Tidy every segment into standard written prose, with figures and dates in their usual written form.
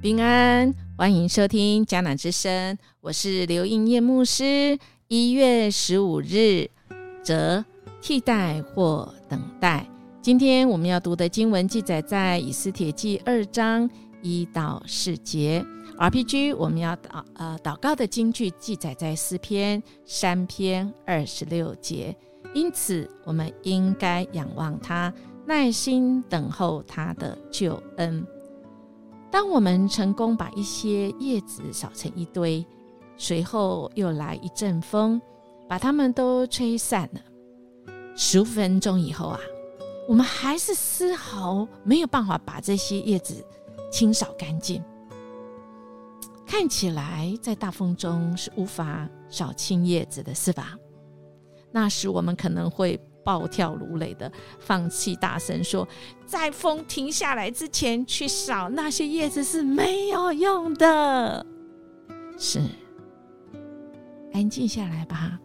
平安，欢迎收听迦南之声，我是刘应叶牧师。1月15日，则替代或等待。今天我们要读的经文记载在以斯帖记2章1到4节。RPG 我们要祷告的经句记载在诗篇3篇26节。因此我们应该仰望他，耐心等候他的救恩。当我们成功把一些叶子扫成一堆，随后又来一阵风，把它们都吹散了，15分钟以后我们还是丝毫没有办法把这些叶子清扫干净。看起来在大风中是无法扫清叶子的，是吧？那时我们可能会暴跳如雷的放弃，大声说，在风停下来之前去扫那些叶子是没有用的。是，安静下来吧，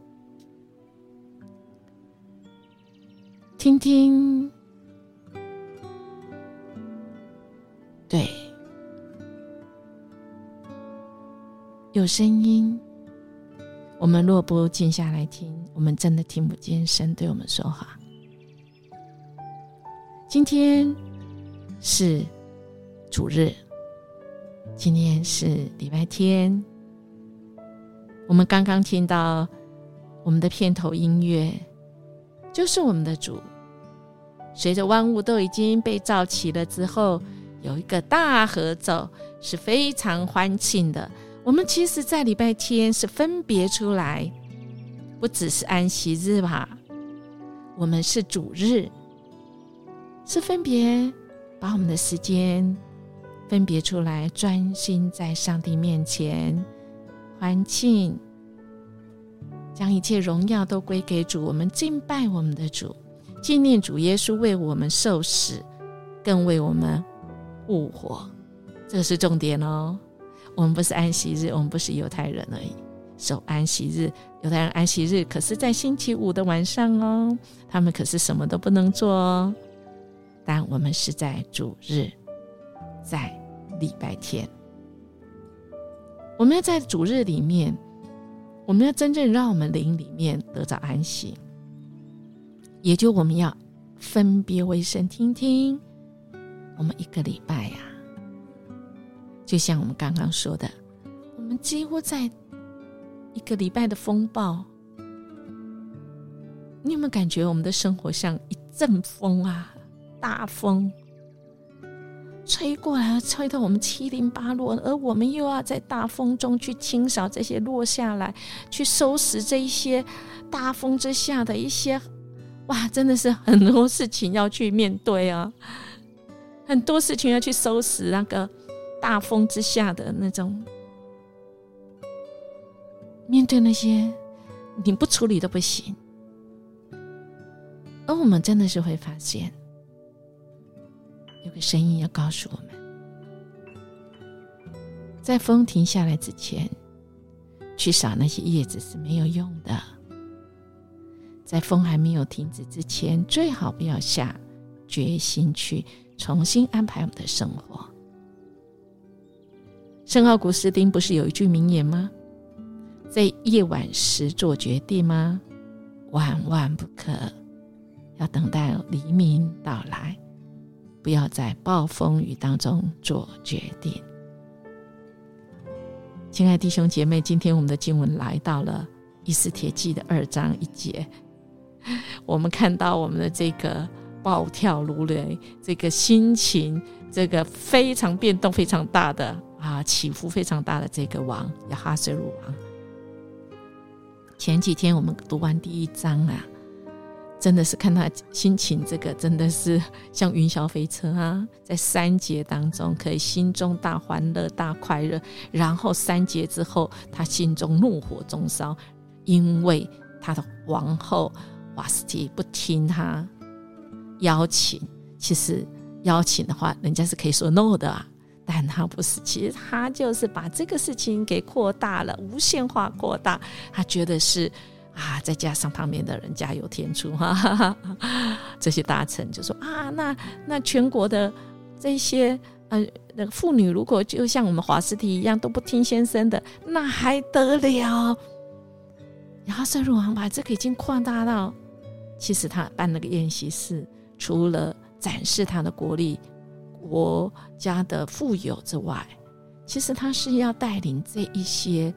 听听，对，有声音，我们若不静下来听，我们真的听不见神对我们说话。今天是主日，今天是礼拜天，我们刚刚听到我们的片头音乐，就是我们的主。随着万物都已经被造齐了之后，有一个大合奏，是非常欢庆的。我们其实在礼拜天是分别出来，不只是安息日吧，我们是主日，是分别把我们的时间分别出来，专心在上帝面前欢庆，将一切荣耀都归给主，我们敬拜我们的主，纪念主耶稣为我们受死，更为我们复活。这个是重点哦。我们不是安息日，我们不是犹太人而已，守安息日。犹太人安息日可是在星期五的晚上哦，他们可是什么都不能做哦。但我们是在主日，在礼拜天，我们要在主日里面，我们要真正让我们灵里面得着安息，也就我们要分别为圣，听听我们一个礼拜就像我们刚刚说的，我们几乎在一个礼拜的风暴，你有没有感觉我们的生活像一阵风大风吹过来，吹到我们七零八落，而我们又要在大风中去清扫这些落下来，去收拾这一些大风之下的一些，真的是很多事情要去面对很多事情要去收拾，那个大风之下的那种，面对那些你不处理都不行。而我们真的是会发现有个声音要告诉我们，在风停下来之前去扫那些叶子是没有用的，在风还没有停止之前，最好不要下决心去重新安排我们的生活。圣奥古斯丁不是有一句名言吗？在夜晚时做决定吗？万万不可，要等待黎明到来，不要在暴风雨当中做决定。亲爱的弟兄姐妹，今天我们的经文来到了以斯帖记的2章1节，我们看到我们的这个暴跳如雷，这个心情，这个非常变动非常大的起伏非常大的这个王亚哈随鲁王。前几天我们读完第1章真的是看他心情，这个真的是像云霄飞车在3节当中可以心中大欢乐大快乐，然后3节之后他心中怒火中烧，因为他的王后瓦斯提不听他邀请。其实邀请的话人家是可以说 no 的但他不是，其实他就是把这个事情给扩大了，无限化扩大，他觉得是再加上旁边的人加油添醋这些大臣就说那全国的这些那个妇女如果就像我们华斯提一样都不听先生的，那还得了？亚哈随鲁王把这个已经扩大到，其实他办那个宴席是除了展示他的国力、国家的富有之外，其实他是要带领这一些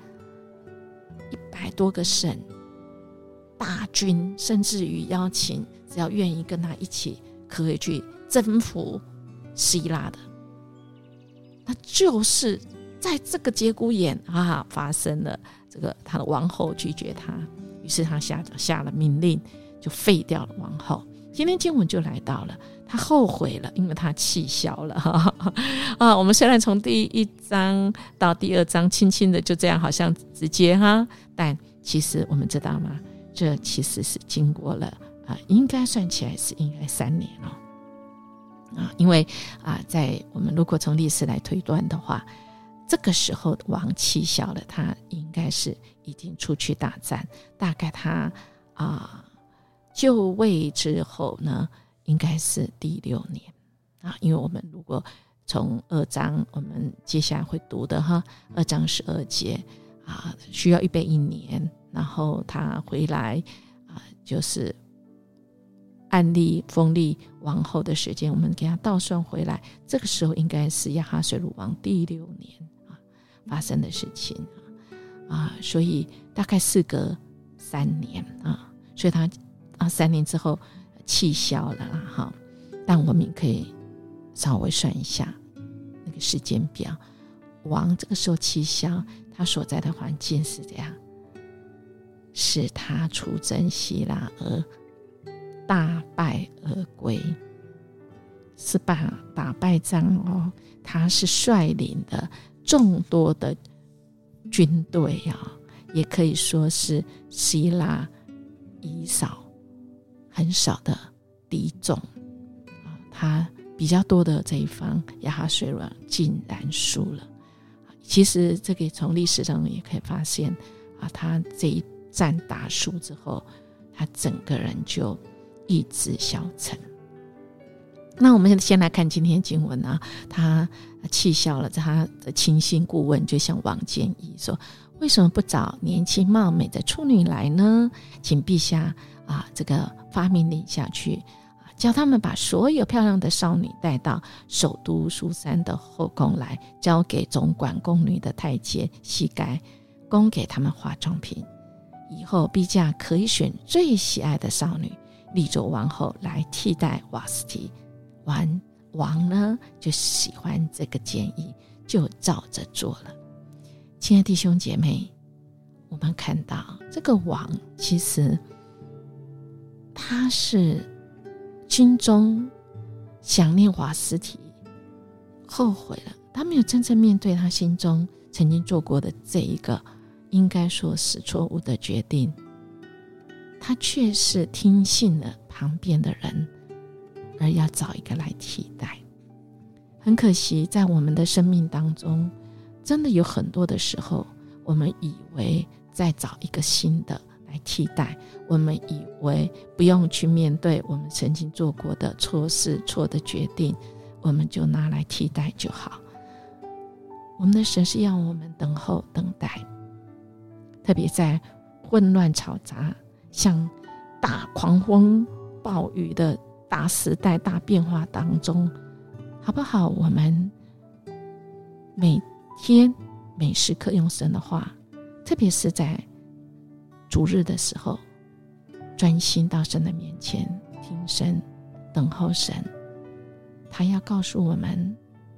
100多个省大军，甚至于邀请只要愿意跟他一起可以去征服希腊的。那就是在这个节骨眼发生了这个他的王后拒绝他，于是他下了命令，就废掉了王后。今天经文就来到了，他后悔了，因为他气消了我们虽然从第1章到第2章轻轻的就这样好像直接但其实我们知道吗？这其实是经过了应该算起来是应该3年因为在我们如果从历史来推断的话，这个时候王气消了，他应该是已经出去大战，大概他就位之后呢，应该是第6年因为我们如果从2章我们接下来会读的2章12节需要预备1年，然后他回来就是按立封立王后的时间，我们给他倒算回来，这个时候应该是亚哈随鲁王第6年发生的事情所以大概事隔3年所以他3年之后气消了啦但我们也可以稍微算一下那个时间表，王这个时候气消，他所在的环境是这样，使他出征希腊而大败而归，是打败仗他是率领的众多的军队也可以说是希腊以少很少的敌众他比较多的这一方亚哈随鲁王竟然输了。其实这个从历史上也可以发现他这一战打输之后，他整个人就意志消沉。那我们先来看今天经文他气消了，他的亲信顾问就向王建议说，为什么不找年轻貌美的处女来呢？请陛下这个发命令下去叫他们把所有漂亮的少女带到首都苏珊的后宫来，交给总管宫女的太监西该，供给他们化妆品。以后陛下可以选最喜爱的少女立作王后来替代瓦斯提。王呢就喜欢这个建议，就照着做了。亲爱的弟兄姐妹，我们看到这个王其实他是心中想念瓦斯提，后悔了，他没有真正面对他心中曾经做过的这一个应该说是错误的决定，他却是听信了旁边的人，而要找一个来替代。很可惜在我们的生命当中，真的有很多的时候，我们以为再找一个新的来替代，我们以为不用去面对我们曾经做过的错事错的决定，我们就拿来替代就好。我们的神是要我们等候等待，特别在混乱嘈杂像大狂风暴雨的大时代大变化当中，好不好？我们每天每时刻用神的话，特别是在主日的时候，专心到神的面前听神，等候神。他要告诉我们，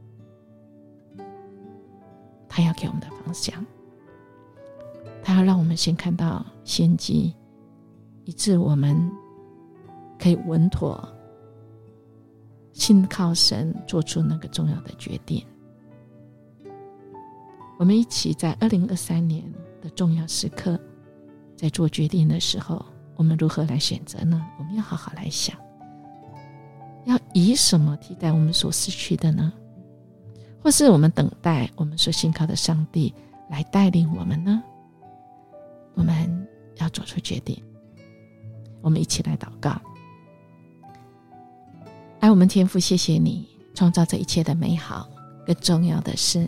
他要给我们的方向，他要让我们先看到先机，以致我们可以稳妥信靠神，做出那个重要的决定。我们一起在2023年的重要时刻，在做决定的时候，我们如何来选择呢？我们要好好来想，要以什么替代我们所失去的呢？或是我们等待我们所信靠的上帝来带领我们呢？我们要做出决定。我们一起来祷告。爱我们天父，谢谢你创造这一切的美好， 更重要的是，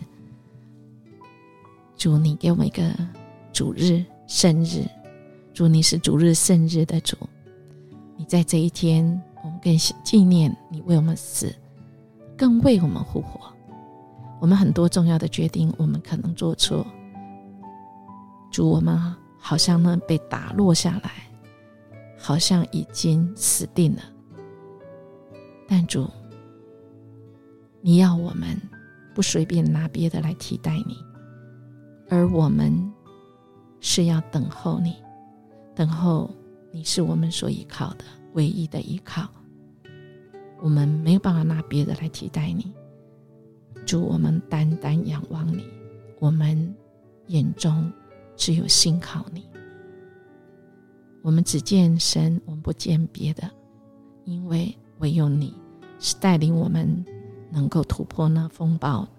主你给我们一个主日圣日，主你是主日圣日的主，你在这一天我们更纪念你为我们死，更为我们复活。我们很多重要的决定我们可能做错，主我们好像呢被打落下来，好像已经死定了，但主你要我们不随便拿别的来替代你，而我们是要等候你，等候你是我们所依靠的唯一的依靠，我们没有办法拿别的来替代你。主，我们单单仰望你，我们眼中只有信靠你，我们只见神，我们不见别的，因为唯有你是带领我们能够突破那风暴，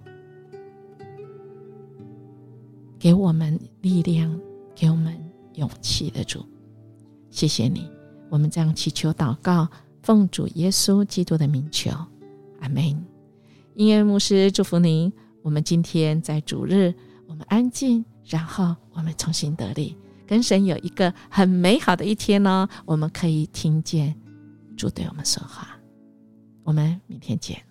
给我们力量，给我们勇气的主。谢谢你，我们这样祈求祷告，奉主耶稣基督的名求，阿们。音乐牧师祝福您，我们今天在主日我们安静，然后我们重新得力，跟神有一个很美好的一天哦。我们可以听见主对我们说话。我们明天见。